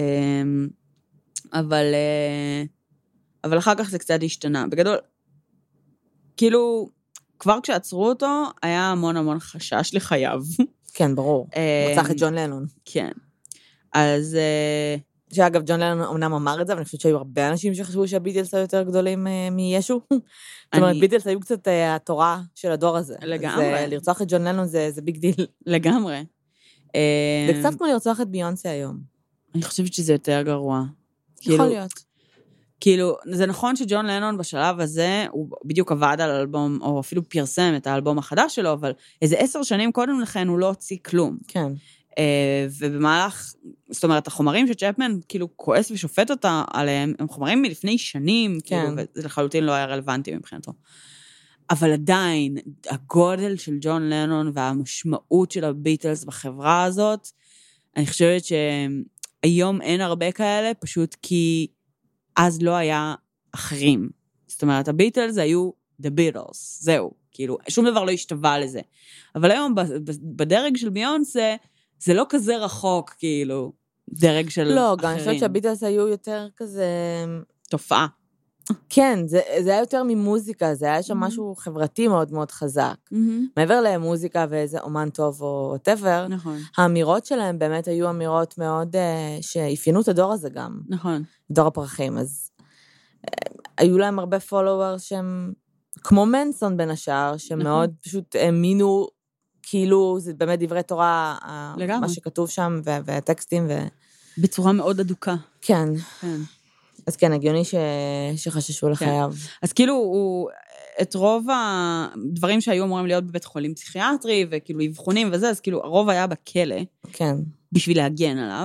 אבל אחר כך זה קצת השתנה. בגדול, כאילו, כבר כשעצרו אותו, היה המון חשש לחייו. כן, ברור. רצח את ג'ון לנון. כן. אז... שאגב, ג'ון לנון אמנם אמר את זה, אבל אני חושבת שהיו הרבה אנשים שחשבו שהביטלס היו יותר גדולים מישו. זאת אומרת, ביטלס היו קצת התורה של הדור הזה. לגמרי. לרצוח את ג'ון לנון זה ביג דיל. לגמרי. זה קצת כמו לרצוח את ביונסה היום. אני חושבת שזה יותר גרוע. יכול להיות. כאילו, זה נכון שג'ון לנון בשלב הזה, הוא בדיוק עבד על אלבום, או אפילו פרסם את האלבום החדש שלו, אבל איזה 10 שנים קודם לכן הוא לא הוציא כלום. כן. ובמהלך, זאת אומרת, החומרים שצ'פמן כאילו כועס ושופט אותה עליהם, הם חומרים מלפני שנים, כן. כאילו, וזה לחלוטין לא היה רלוונטי מבחינתו. אבל עדיין, הגודל של ג'ון לנון והמשמעות של הביטלס בחברה הזאת, אני חושבת שהיום אין הרבה כאלה, פשוט כי אז לא היה אחרים. זאת אומרת, הביטלס היו the Beatles, זהו, כאילו, שום דבר לא השתווה לזה. אבל היום בדרג של ביונסה, זה לא כזה רחוק, כאילו, דרג של אחרים. לא, גם אני חושבת שהביטלס היו יותר כזה... תופעה. כן, זה היה יותר ממוזיקה, זה היה שם משהו חברתי מאוד מאוד חזק. מעבר למוזיקה ואיזה אומן טוב או whatever, נכון. האמירות שלהם באמת היו אמירות מאוד, שאפיינו את הדור הזה גם. נכון. דור הפרחים, אז היו להם הרבה פולוורס שהם, כמו מנסון בין השאר, שמאוד פשוט האמינו, כאילו זה באמת דברי תורה, מה שכתוב שם, והטקסטים בצורה מאוד אדוקה. כן. כן. אז כן, הגיוני שחששו לחייו. אז כאילו, את רוב הדברים שהיו אמורים להיות בבית חולים פסיכיאטרי, וכאילו אבחונים וזה, אז כאילו, הרוב היה בכלא. כן. בשביל להגן עליו.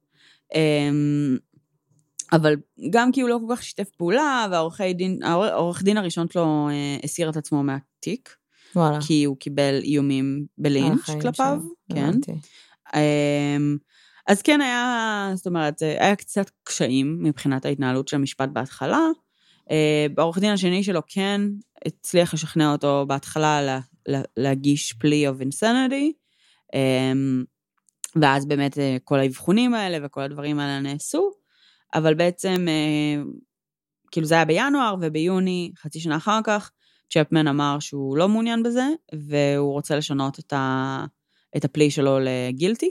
אבל גם כי הוא לא כל כך שיתף פעולה, והעורך דין הראשון שלו הסיר את עצמו מהתיק. וואלה. כי הוא קיבל איומים בלינץ' כלפיו. כן. אז כן היה, זאת אומרת, היה קצת קשיים מבחינת ההתנהלות של המשפט בהתחלה. בעורך דין השני שלו כן הצליח לשכנע אותו בהתחלה להגיש plea of insanity, ואז באמת כל האבחונים האלה וכל הדברים האלה נעשו, אבל בעצם, כאילו זה היה בינואר, וביוני, חצי שנה אחר כך, צ'פמן אמר שהוא לא מעוניין בזה, והוא רוצה לשנות את הפלי שלו לגילטי,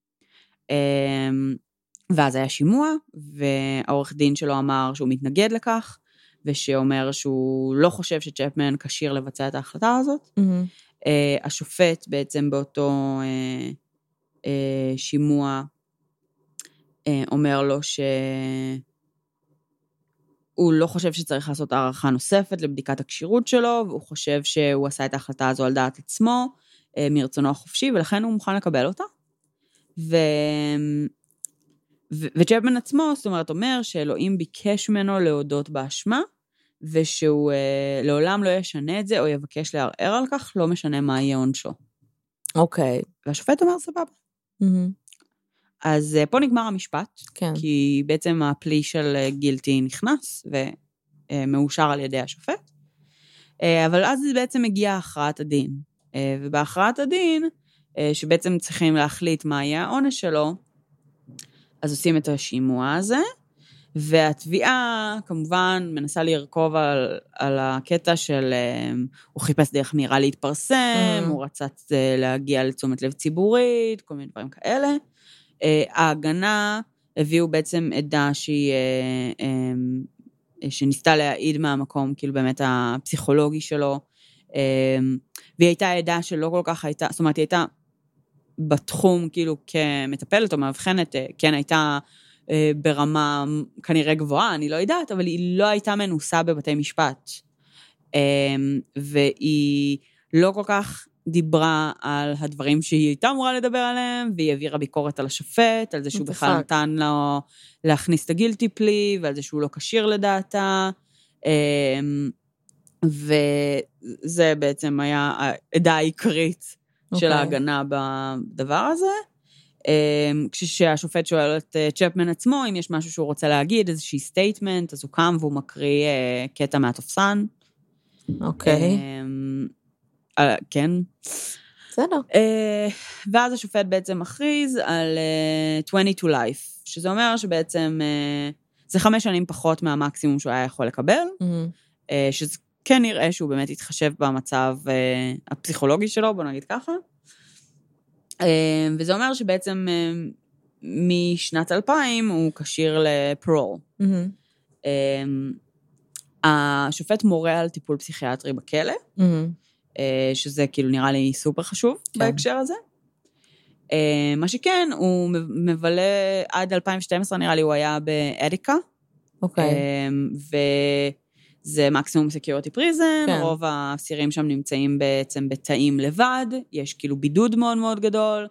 ואז היה שימוע, והעורך דין שלו אמר שהוא מתנגד לכך, ושאומר שהוא לא חושב שצ'פמן כשיר לבצע את ההחלטה הזאת. השופט בעצם באותו שימוע אומר לו שהוא לא חושב שצריך לעשות הערכה נוספת לבדיקת הקשירות שלו, והוא חושב שהוא עשה את ההחלטה הזו על דעת עצמו, מרצונו החופשי, ולכן הוא מוכן לקבל אותה. וצ'פמן עצמו, זאת אומרת, אומר שאלוהים ביקש ממנו להודות באשמה, ושהוא לעולם לא ישנה את זה, או יבקש לערער על כך, לא משנה מה יהיה עונשו. אוקיי. והשופט אומר סבבה. אז פה נגמר המשפט, כן. כי בעצם הפלי של גילטי נכנס, ומאושר על ידי השופט, אבל אז בעצם הגיעה הכרעת הדין. ובהכרעת הדין, שבעצם צריכים להחליט מה יהיה העונש שלו, אז עושים את השימוע הזה, והתביעה כמובן מנסה לרכוב על הקטע של, הוא חיפש דרך מהירה להתפרסם, הוא רצה להגיע לתשומת לב ציבורית, כל מיני דברים כאלה. ההגנה הביאו בעצם עדה שניסתה להעיד מהמקום, כאילו באמת הפסיכולוגי שלו, והיא הייתה עדה שלא כל כך הייתה, זאת אומרת, היא הייתה בתחום כאילו כמטפלת או מאבחנת, כן הייתה ברמה כנראה גבוהה, אני לא יודעת, אבל היא לא הייתה מנוסה בבתי משפט. והיא לא כל כך דיברה על הדברים שהיא הייתה אמורה לדבר עליהם, והיא העבירה ביקורת על השופט, על זה שהוא בכלל נתן לו להכניס את הגילטי פלי, ועל זה שהוא לא כשיר לדעתה, וזה בעצם היה העדה העיקרית של ההגנה בדבר הזה. כשהשופט שואל את צ'פמן עצמו, אם יש משהו שהוא רוצה להגיד, איזושהי סטייטמנט, אז הוא קם והוא מקריא קטע מהתופסן. אוקיי. כן. בסדר. ואז השופט בעצם מכריז על 20 to life, שזה אומר שבעצם זה 5 שנים פחות מהמקסימום שהוא היה יכול לקבל, שזה כן נראה שהוא באמת התחשב במצב הפסיכולוגי שלו, בוא נגיד ככה. וזה אומר שבעצם משנת 2000 הוא כשיר לפרול. השופט מורה על טיפול פסיכיאטרי בכלא, שזה כאילו נראה לי סופר חשוב בהקשר הזה. מה שכן, הוא מבלה עד 2012, נראה לי הוא היה באדיקה. אוקיי. וזה מקסימום סקיוריטי פריזן, רוב האסירים שם נמצאים בעצם בתאים לבד, יש כאילו בידוד מאוד מאוד גדול,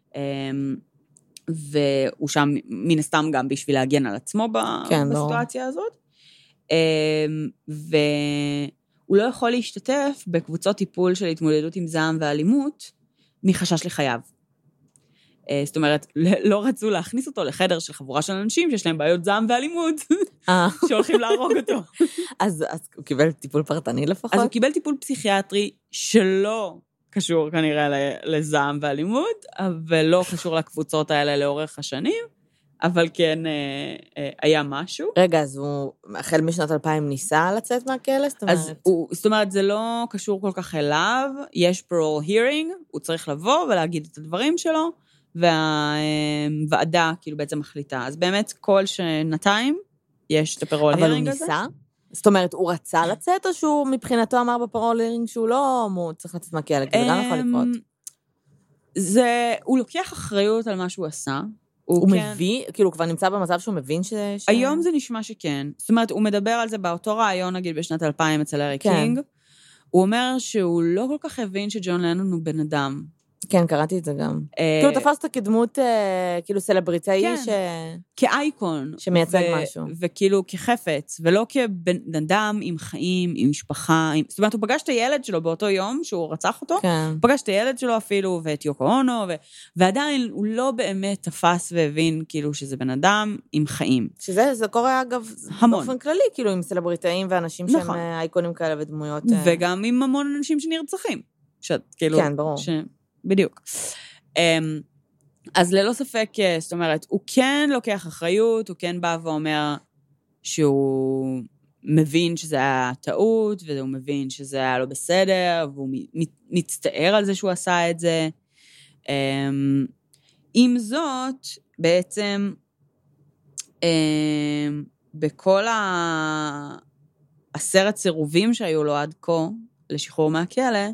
והוא שם מן הסתם גם בשביל להגן על עצמו בסיטואציה הזאת. והוא לא יכול להשתתף בקבוצות טיפול של התמודדות עם זעם ואלימות, מחשש לחייו. זאת אומרת, לא רצו להכניס אותו לחדר של חבורה של אנשים שיש להם בעיות זעם ואלימות, שהולכים להרוג אותו. אז הוא קיבל טיפול פרטני לפחות? אז הוא קיבל טיפול פסיכיאטרי שלא קשור כנראה לזעם ואלימות, ולא קשור לקבוצות האלה לאורך השנים, אבל כן היה משהו. רגע, אז הוא החל משנת 2000 ניסה לצאת מהכלא? זאת אומרת, זה לא קשור כל כך אליו, יש parole hearing, הוא צריך לבוא ולהגיד את הדברים שלו, והוועדה כאילו בעצם מחליטה. אז באמת כל שנתיים יש את הפרול הירינג הזה. אבל הוא ניסה? זאת אומרת, הוא רצה לצאת, או שהוא מבחינתו אמר בפרול הירינג שהוא לא צריך לצאת מהכלא, כי זה גם יכול לקרות? הוא לוקח אחריות על מה שהוא עשה. הוא מביא, כאילו הוא כבר נמצא במצב שהוא מבין היום זה נשמע שכן. זאת אומרת, הוא מדבר על זה באותו רעיון, נגיד, בשנת 2000 אצל הארי קינג. הוא אומר שהוא לא כל כך הבין שג'ון לנון הוא בן אדם. כן, קראתי את זה גם. כאילו תפסת כדמות, כאילו סלבריטאי כאייקון. שמייצג משהו. וכאילו כחפץ, ולא כבן אדם עם חיים, עם משפחה. זאת אומרת, הוא פגש את הילד שלו באותו יום שהוא רצח אותו. הוא פגש את הילד שלו אפילו, ואת יוקו אונו, ועדיין הוא לא באמת תפס והבין כאילו שזה בן אדם עם חיים. שזה קורה אגב, באופן כללי, כאילו עם סלבריטאים ואנשים שהם אייקונים כאלה ודמויות. וגם עם המון אנשים שנרצחים. כן, ברור. בדיוק. אז ללא ספק, זאת אומרת, הוא כן לוקח אחריות, הוא כן בא ואומר שהוא מבין שזה היה טעות, והוא מבין שזה היה לא בסדר, והוא מצטער על זה שהוא עשה את זה. עם זאת, בעצם, בכל 10 סירובים שהיו לו עד כה, לשחרור מהכלא,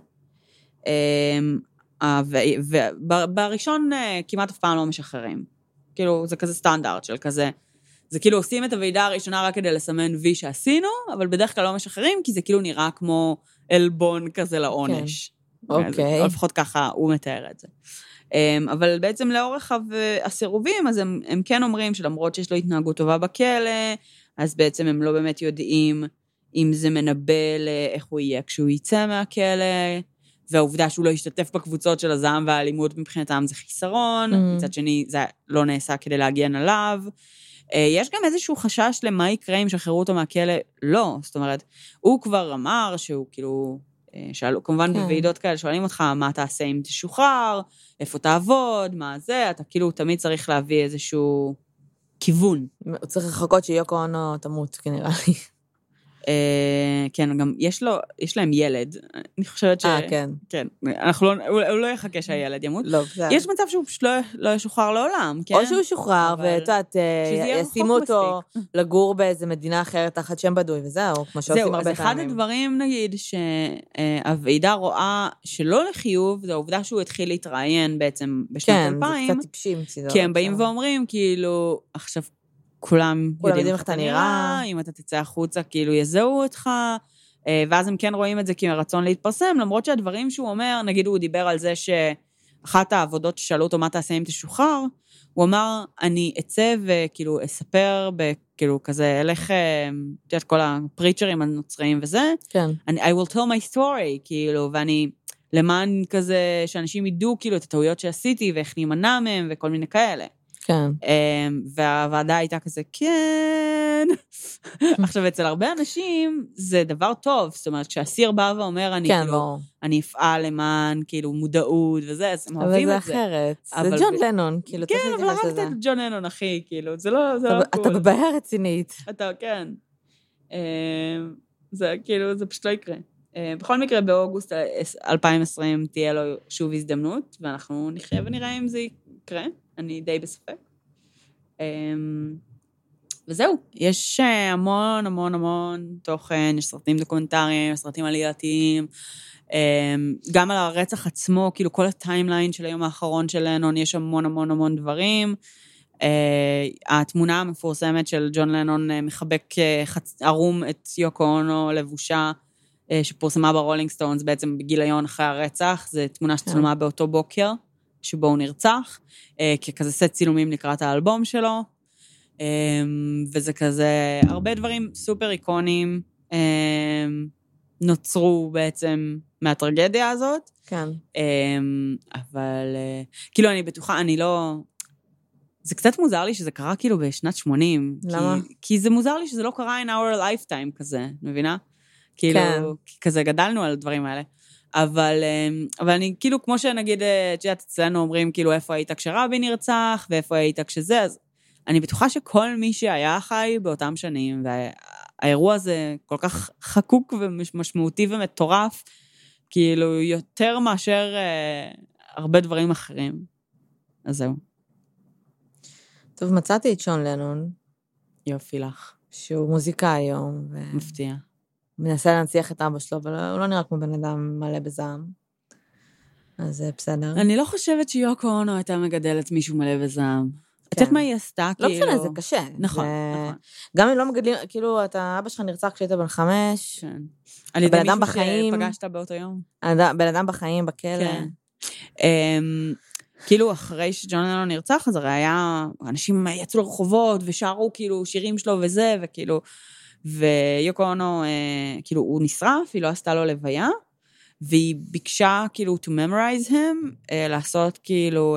ובראשון כמעט אף פעם לא משחררים. כאילו, זה כזה סטנדרט של כזה, זה כאילו עושים את הוועידה הראשונה רק כדי לסמן וי שעשינו, אבל בדרך כלל לא משחררים, כי זה כאילו נראה כמו אלבון כזה לעונש. אוקיי. לפחות ככה הוא מתאר את זה. אבל בעצם לאורך הסירובים, אז הם כן אומרים שלמרות שיש לו התנהגות טובה בכלא, אז בעצם הם לא באמת יודעים אם זה מנבא לאיך הוא יהיה כשהוא יצא מהכלא, והעובדה שהוא לא ישתתף בקבוצות של הזעם והאלימות מבחינתם זה חיסרון, מצד שני זה לא נעשה כדי להגן עליו. יש גם איזשהו חשש למה יקרה אם שחררו אותו מהכלא, לא, זאת אומרת, הוא כבר אמר שהוא כאילו, שאלו, כמובן בוועידות כאלה שואלים אותך, מה תעשה אם תשוחרר, איפה תעבוד, מה זה, אתה כאילו תמיד צריך להביא איזשהו כיוון. הוא צריך לחכות שיוקו אונו תמות, כנראה לי. כן, גם יש להם ילד, אני חושבת כן. כן, הוא לא יחכה שהילד ימות. לא, יש מצב שהוא פשוט לא ישוחרר לעולם, כן? או שהוא ישוחרר, ואתה ישימו אותו לגור באיזה מדינה אחרת תחת שם בדוי, וזהו, כמו שעושים הרבה פעמים. זהו, אז אחד הדברים, נגיד, שהוועידה רואה שלא לחיוב, זה העובדה שהוא התחיל להתראיין בעצם בשנת 2000. כן, זה קצת טיפשים. כי הם באים ואומרים, כאילו, עכשיו, כולם יודעים איך אתה נראה, אם אתה תצא החוצה, כאילו יזהו אותך, ואז הם כן רואים את זה כרצון להתפרסם, למרות שהדברים שהוא אומר, נגיד הוא דיבר על זה שאחת העבודות ששאלו אותו מה תעשה אם תשוחרר, הוא אמר, אני אצא וכאילו אספר כאילו כזה, אלך, תראה, כל הפריצ'רים הנוצריים וזה, כן. I will tell my story, כאילו, ואני, למען כזה, שאנשים ידעו כאילו את הטעויות שעשיתי, ואיך להימנע מהם, וכל מיני כאלה. כן. והוועדה הייתה כזה, כן. עכשיו, אצל הרבה אנשים, זה דבר טוב, זאת אומרת, כשהסיר בא ואומר, אני כן, כאילו, לא. אני אפעל למען, כאילו, מודעות וזה, אז הם אוהבים את זה. אבל זה אחרת, זה ג'ון לנון, כאילו, כן, אבל הרגת את ג'ון לנון, אחי, כאילו, זה לא קול. אתה בבעיה רצינית. אתה, כן. זה כאילו, זה פשוט לא יקרה. בכל מקרה, באוגוסט 2020 תהיה לו שוב הזדמנות, ואנחנו נחיה ונראה אם זה יקרה. אני די בספק. וזהו, יש המון המון המון תוכן, יש סרטים דוקומנטריים, סרטים עלייתיים, גם על הרצח עצמו, כאילו כל הטיימליין של היום האחרון של לנון, יש המון המון המון דברים. התמונה המפורסמת של ג'ון לנון מחבק ערום את יוקו אונו לבושה, שפורסמה ברולינג סטונס בעצם בגיליון אחרי הרצח, זו תמונה שצולמה באותו בוקר, שבו הוא נרצח, ככזה סט צילומים לקראת האלבום שלו, וזה כזה, הרבה דברים סופר איקונים, נוצרו בעצם מהטרגדיה הזאת. כן. אבל, כאילו אני בטוחה, אני לא, זה קצת מוזר לי שזה קרה כאילו בשנת 80. למה? כי זה מוזר לי שזה לא קרה in our lifetime כזה, מבינה? כאילו, כן. כזה גדלנו על הדברים האלה. אבל אני כאילו, כמו שנגיד, אצלנו אומרים, כאילו, איפה היית כשרבין נרצח, ואיפה היית כשזה, אז אני בטוחה שכל מי שהיה חי באותם שנים, והאירוע הזה כל כך חקוק ומשמעותי ומטורף, כאילו, יותר מאשר הרבה דברים אחרים. אז זהו. טוב, מצאתי את שון לנון. יופי לך. שהוא מוזיקאי היום. מפתיע. מנסה להנציח את אבא שלו, אבל הוא לא נראה כמו בן אדם מלא בזעם. אז זה בסדר. אני לא חושבת שיוקו אונו הייתה מגדלת מישהו מלא בזעם. את יודעת מה היא עשתה, כאילו? לא משנה, זה קשה. נכון. גם אם לא מגדלים, כאילו, אבא שלך נרצח כשהיית בן 5. כן. על ידי מישהו שפגשת באותו יום. בן אדם בחיים, בכלא. כן. כאילו, אחרי שג'ון לנון נרצח, אז הרי היה, אנשים יצאו לרחובות ושרו כאילו שירים שלו וזה, וכאילו, ויוקו אונו, כאילו, הוא נשרף, היא לא עשתה לו לוויה, והיא ביקשה כאילו to memorize him, לעשות כאילו,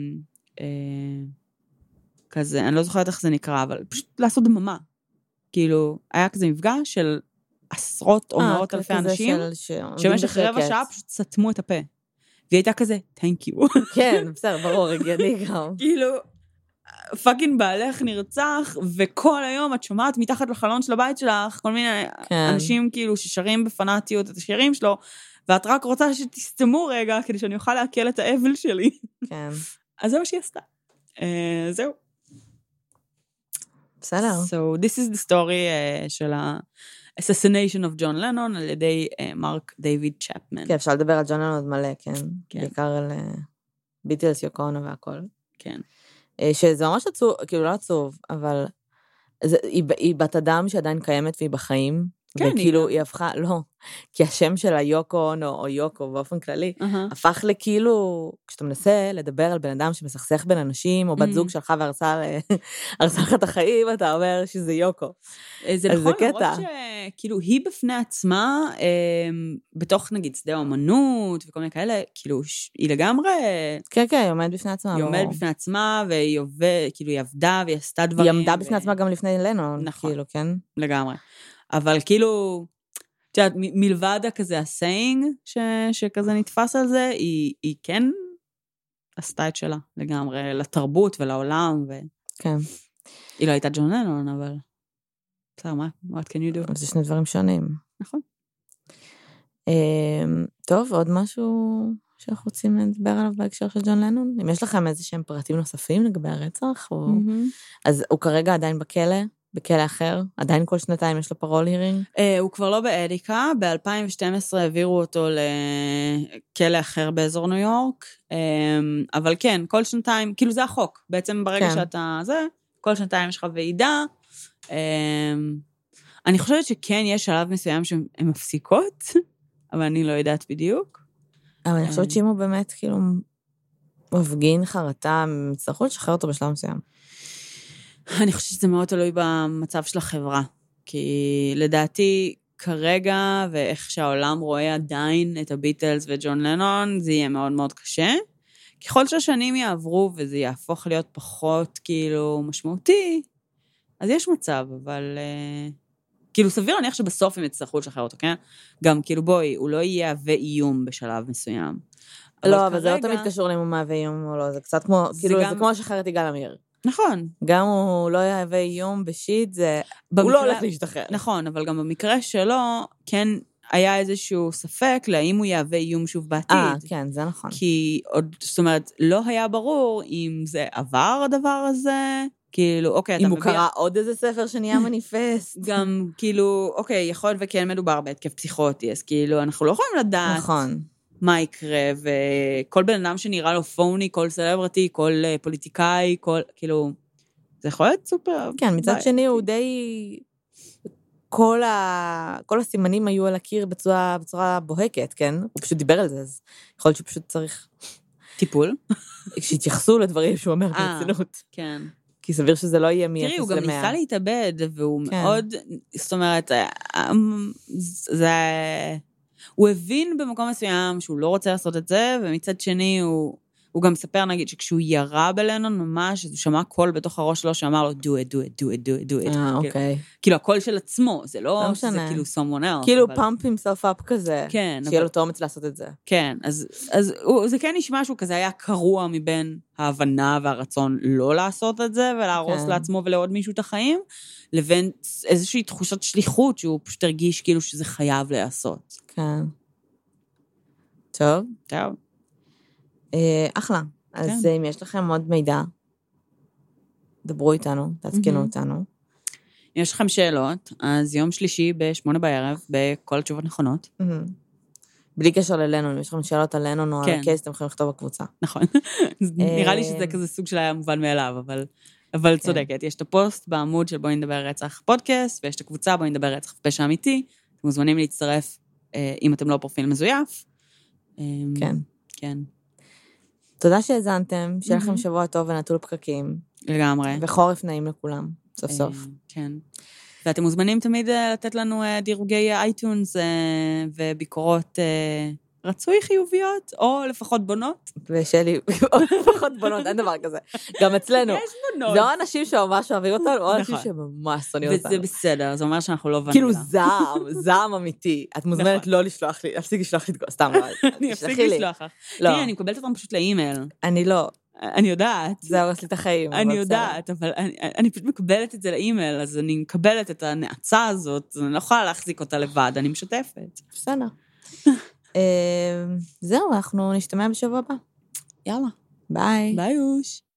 כזה, אני לא זוכרת איך זה נקרא, אבל פשוט לעשות דממה. כאילו, היה כזה מפגש של עשרות או מאות אלפי אנשים, שבמשך רבע שעה פשוט סתמו את הפה. והיא הייתה כזה, thank you. כן, בסדר, ברור, הגיוני גם. כאילו, פאקינג בעלך נרצח, וכל היום את שומעת מתחת לחלון של הבית שלך, כל מיני אנשים כאילו ששרים בפנאטיות את השירים שלו, ואת רק רוצה שתסתמו רגע, כדי שאני אוכל להקל את האבל שלי. כן. אז זה מה שהיא עשתה. זהו. בסדר. So this is the story של ה-assassination of John Lennon על ידי מרק דיוויד צ'פמן. כן, אפשר לדבר על ג'ון לנון עוד מלא, כן. בעיקר על ביטלס, יוקו אונו והכל. כן. שזה ממש עצוב, כאילו לא עצוב, אבל היא בת אדם שעדיין קיימת והיא בחיים. כן, וכאילו היא הפכה, לא, כי השם שלה יוקו אונו או יוקו באופן כללי, הפך לכאילו, כשאתה מנסה לדבר על בן אדם שמסכסך בין אנשים, או בת זוג שלך והרסה לך את החיים, אתה אומר שזה יוקו. זה נכון, למרות שכאילו היא בפני עצמה, בתוך נגיד שדה האמנות וכל מיני כאלה, כאילו היא לגמרי... כן, כן, היא עומדת בפני עצמה. היא עומדת בפני עצמה, והיא כאילו היא עבדה והיא עשתה דברים. היא עמדה בפני עצמה גם לפני לנון, כאילו, כן? לגמרי. אבל כאילו, את יודעת, מלבד כזה הסיינג שכזה נתפס על זה, היא כן עשתה את שלה לגמרי, לתרבות ולעולם. כן. היא לא הייתה ג'ון לנון, אבל... בסדר, what can you do? זה שני דברים שונים. נכון. טוב, עוד משהו שאנחנו רוצים לדבר עליו בהקשר של ג'ון לנון? אם יש לכם איזה שהם פרטים נוספים לגבי הרצח, אז הוא כרגע עדיין בכלא אחר, עדיין כל שנתיים יש לו פרול הירינג? הוא כבר לא באדיקה, ב-2012 העבירו אותו לכלא אחר באזור ניו יורק, אבל כן, כל שנתיים, כאילו זה החוק, בעצם ברגע שאתה זה, כל שנתיים יש לך ועידה, אני חושבת שכן יש שלב מסוים שהן מפסיקות, אבל אני לא יודעת בדיוק. אבל אני חושבת שאם הוא באמת כאילו מפגין חרטה, הם יצטרכו לשחרר אותו בשלב מסוים. אני חושבת שזה מאוד תלוי במצב של החברה, כי לדעתי כרגע, ואיך שהעולם רואה עדיין את הביטלס וג'ון לנון, זה יהיה מאוד מאוד קשה. ככל שהשנים יעברו וזה יהפוך להיות פחות כאילו משמעותי, אז יש מצב, אבל כאילו סביר להניח שבסוף הם יצטרכו לשחרר אותו, כן? גם כאילו בואי, הוא לא יהווה איום בשלב מסוים. לא, אבל זה לא תמיד קשור אם הוא מהווה איום או לא, זה קצת כמו, כאילו זה כמו לשחרר את יגאל עמיר. נכון. גם הוא לא יהווה איום בשיט, הוא לא הולך להשתחרר. נכון, אבל גם במקרה שלו, כן היה איזשהו ספק להאם הוא יהווה איום שוב בעתיד. כן, זה נכון. כי עוד, זאת אומרת, לא היה ברור אם זה עבר הדבר הזה, כאילו, אוקיי, אתה אם הוא קרא עוד איזה ספר שנהיה מניפסט. גם, כאילו, אוקיי, יכול וכן מדובר בהתקף פסיכוטי, אז כאילו, אנחנו לא יכולים לדעת מה יקרה, וכל בן אדם שנראה לו פוני, כל סלברטי, כל פוליטיקאי, כל, כאילו, זה יכול להיות סופר. כן, מצד שני הוא די, כל הסימנים היו על הקיר בצורה בוהקת, כן? הוא פשוט דיבר על זה, אז יכול להיות שהוא פשוט צריך טיפול. שהתייחסו לדברים שהוא אומר ברצינות. כן. כי סביר שזה לא יהיה מ-0 ל-100. תראי, הוא גם ניסה להתאבד, והוא מאוד, זאת אומרת, זה, הוא הבין במקום מסוים שהוא לא רוצה לעשות את זה, ומצד שני הוא גם מספר, נגיד, שכשהוא ירה בלנון ממש, אז הוא שמע קול בתוך הראש שלו שאמר לו, do it, do it, do it, do it, do it. אוקיי. כאילו, הקול של עצמו, זה לא שזה כאילו someone else. כאילו pump himself up כזה. כן. שיהיה לו תאומץ לעשות את זה. כן, אז זה כן נשמע שהוא כזה היה קרוע מבין ההבנה והרצון לא לעשות את זה, ולהרוס לעצמו ולעוד מישהו את החיים, לבין איזושהי תחושת שליחות, שהוא פשוט הרגיש כאילו שזה חייב לעשות. כן. טוב. טוב. אחלה. אז אם יש לכם עוד מידע, דברו איתנו, תעדכנו אותנו. אם יש לכם שאלות, אז יום שלישי ב8 בערב, בכל התשובות נכונות. בלי קשר ללנון, אם יש לכם שאלות על לנון או על הקייס, אתם יכולים לכתוב בקבוצה. נכון. נראה לי שזה כזה סוג של היה מובן מאליו, אבל צודקת. יש את הפוסט בעמוד של בואי נדבר רצח פודקאסט, ויש את הקבוצה בואי נדבר רצח פשע אמיתי. אתם מוזמנים להצטרף אם אתם לא פרופיל מזויף. כן. כן. תודה שהזנתם, שיהיה לכם שבוע טוב ונטול פקקים. לגמרי. וחורף נעים לכולם, סוף סוף. כן. ואתם מוזמנים תמיד לתת לנו דירוגי אייטונס וביקורות רצוי חיוביות, או לפחות בונות. ושלי, או לפחות בונות, אין דבר כזה. גם אצלנו. יש בונות. זה או אנשים שממש אוהבים אותנו, או אנשים שממש שונאים אותנו. וזה בסדר, זה אומר שאנחנו לא ונילה. כאילו זעם אמיתי. את מוזמנת לא לשלוח לי, להפסיק לשלוח לי, סתם לא. אני אפסיק לשלוח לך. תראי, אני מקבלת אותם פשוט לאימייל. אני לא. אני יודעת. זה הורס לי את החיים. אני יודעת, אבל אני פשוט מקבלת את זה לאימייל, אז אני מקבלת את הנעצה הזאת, אני לא יכולה להחזיק אותה לבד, אני משתפת. בסדר. זהו, אנחנו נשתמע בשבוע הבא. יאללה. ביי. ביי אוש.